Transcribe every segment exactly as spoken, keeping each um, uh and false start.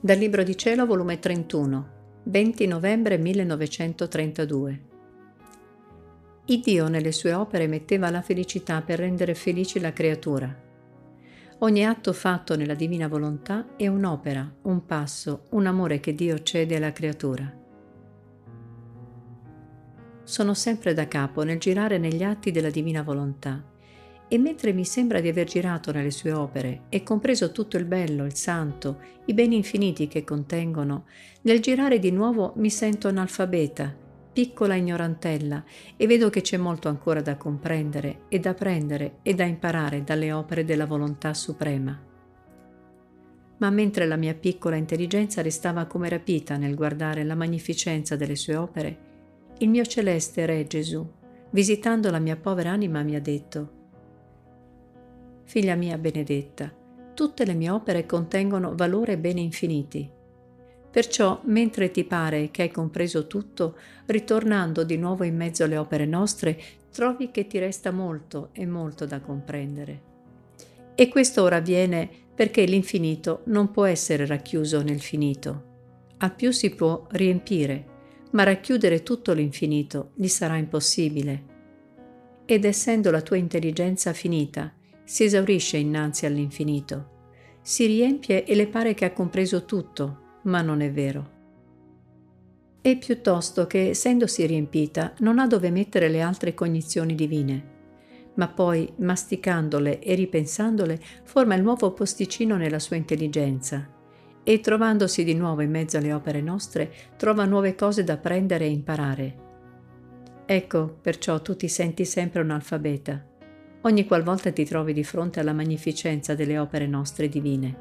Dal Libro di Cielo, volume trentuno, venti novembre millenovecentotrentadue. Iddio nelle sue opere metteva la felicità per rendere felice la creatura. Ogni atto fatto nella divina volontà è un'opera, un passo, un amore che Dio cede alla creatura. Sono sempre da capo nel girare negli atti della divina volontà. E mentre mi sembra di aver girato nelle sue opere e compreso tutto il bello, il santo, i beni infiniti che contengono, nel girare di nuovo mi sento analfabeta, piccola ignorantella, e vedo che c'è molto ancora da comprendere e da apprendere e da imparare dalle opere della volontà suprema. Ma mentre la mia piccola intelligenza restava come rapita nel guardare la magnificenza delle sue opere, il mio celeste Re Gesù, visitando la mia povera anima, mi ha detto: «Figlia mia benedetta, tutte le mie opere contengono valore e beni infiniti. Perciò, mentre ti pare che hai compreso tutto, ritornando di nuovo in mezzo alle opere nostre, trovi che ti resta molto e molto da comprendere. E questo ora avviene perché l'infinito non può essere racchiuso nel finito. Al più si può riempire, ma racchiudere tutto l'infinito gli sarà impossibile. Ed essendo la tua intelligenza finita, si esaurisce innanzi all'infinito, si riempie e le pare che ha compreso tutto, ma non è vero. E piuttosto che, essendosi riempita, non ha dove mettere le altre cognizioni divine, ma poi, masticandole e ripensandole, forma il nuovo posticino nella sua intelligenza, e trovandosi di nuovo in mezzo alle opere nostre, trova nuove cose da apprendere e imparare. Ecco, perciò tu ti senti sempre un analfabeta, ogni qualvolta ti trovi di fronte alla magnificenza delle opere nostre divine.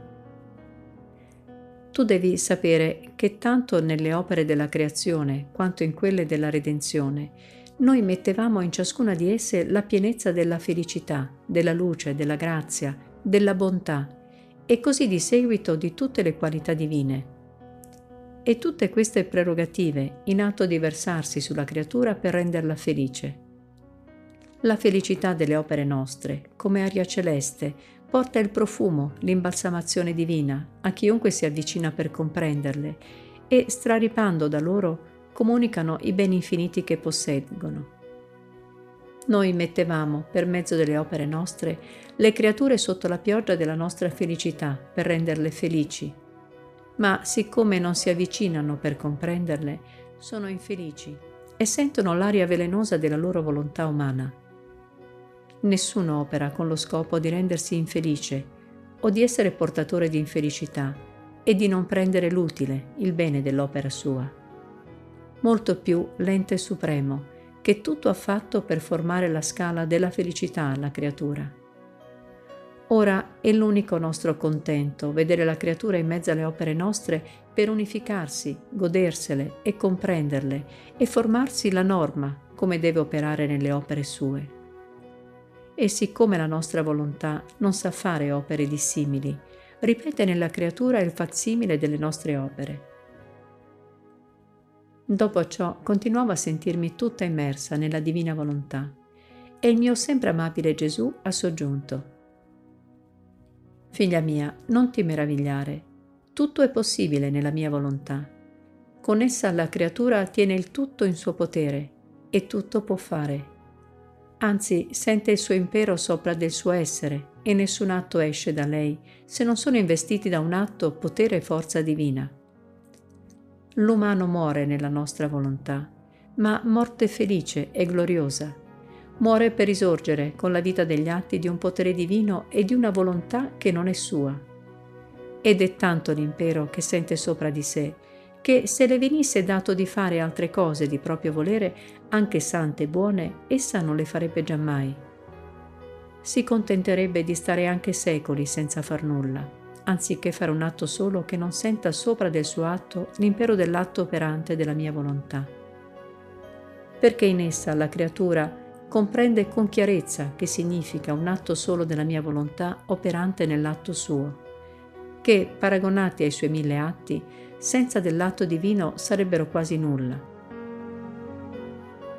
Tu devi sapere che tanto nelle opere della creazione quanto in quelle della redenzione noi mettevamo in ciascuna di esse la pienezza della felicità, della luce, della grazia, della bontà e così di seguito di tutte le qualità divine. E tutte queste prerogative in atto di versarsi sulla creatura per renderla felice. La felicità delle opere nostre, come aria celeste, porta il profumo, l'imbalsamazione divina a chiunque si avvicina per comprenderle e, straripando da loro, comunicano i beni infiniti che posseggono. Noi mettevamo, per mezzo delle opere nostre, le creature sotto la pioggia della nostra felicità per renderle felici, ma siccome non si avvicinano per comprenderle, sono infelici e sentono l'aria velenosa della loro volontà umana. Nessuno opera con lo scopo di rendersi infelice o di essere portatore di infelicità e di non prendere l'utile, il bene dell'opera sua. Molto più l'ente supremo, che tutto ha fatto per formare la scala della felicità alla creatura. Ora è l'unico nostro contento vedere la creatura in mezzo alle opere nostre per unificarsi, godersele e comprenderle e formarsi la norma come deve operare nelle opere sue. E siccome la nostra volontà non sa fare opere dissimili, ripete nella creatura il facsimile delle nostre opere. Dopo ciò continuavo a sentirmi tutta immersa nella divina volontà e il mio sempre amabile Gesù ha soggiunto: «Figlia mia, non ti meravigliare, tutto è possibile nella mia volontà. Con essa la creatura tiene il tutto in suo potere e tutto può fare. Anzi, sente il suo impero sopra del suo essere e nessun atto esce da lei se non sono investiti da un atto, potere e forza divina. L'umano muore nella nostra volontà, ma morte felice e gloriosa. Muore per risorgere con la vita degli atti di un potere divino e di una volontà che non è sua. Ed è tanto l'impero che sente sopra di sé, che se le venisse dato di fare altre cose di proprio volere, anche sante e buone, essa non le farebbe giammai. Si contenterebbe di stare anche secoli senza far nulla, anziché fare un atto solo che non senta sopra del suo atto l'impero dell'atto operante della mia volontà. Perché in essa la creatura comprende con chiarezza che significa un atto solo della mia volontà operante nell'atto suo, che, paragonati ai suoi mille atti, senza dell'atto divino sarebbero quasi nulla.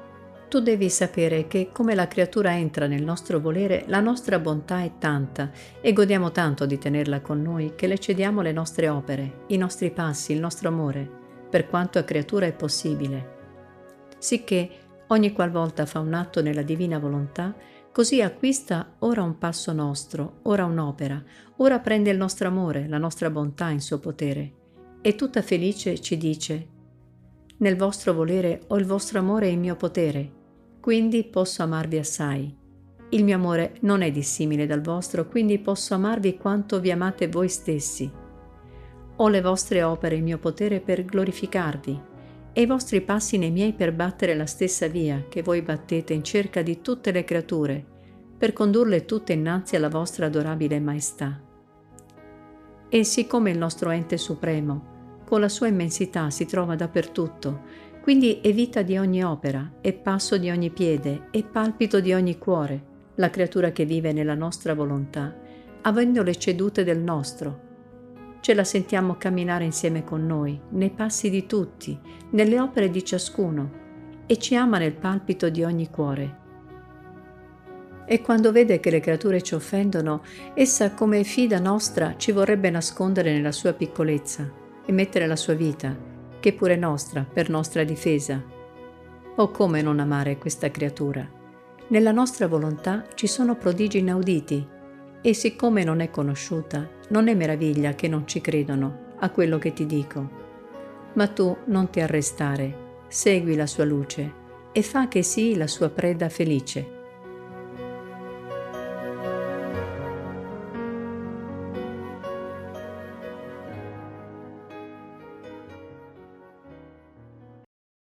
Tu devi sapere che come la creatura entra nel nostro volere, la nostra bontà è tanta e godiamo tanto di tenerla con noi che le cediamo le nostre opere, i nostri passi, il nostro amore, per quanto a creatura è possibile. Sicché ogni qualvolta fa un atto nella divina volontà, così acquista ora un passo nostro, ora un'opera, ora prende il nostro amore, la nostra bontà in suo potere, e tutta felice ci dice: nel vostro volere ho il vostro amore e il mio potere, quindi posso amarvi assai. Il mio amore non è dissimile dal vostro, quindi posso amarvi quanto vi amate voi stessi. Ho le vostre opere e il mio potere per glorificarvi, e i vostri passi nei miei per battere la stessa via che voi battete in cerca di tutte le creature, per condurle tutte innanzi alla vostra adorabile maestà. E siccome il nostro ente supremo, con la sua immensità, si trova dappertutto, quindi è vita di ogni opera, è passo di ogni piede, è palpito di ogni cuore, la creatura che vive nella nostra volontà, avendo le cedute del nostro. Ce la sentiamo camminare insieme con noi, nei passi di tutti, nelle opere di ciascuno, e ci ama nel palpito di ogni cuore. E quando vede che le creature ci offendono, essa come fida nostra ci vorrebbe nascondere nella sua piccolezza e mettere la sua vita, che pure è nostra, per nostra difesa. Oh, come non amare questa creatura? Nella nostra volontà ci sono prodigi inauditi, e siccome non è conosciuta, non è meraviglia che non ci credono a quello che ti dico. Ma tu non ti arrestare, segui la sua luce e fa che sii la sua preda felice.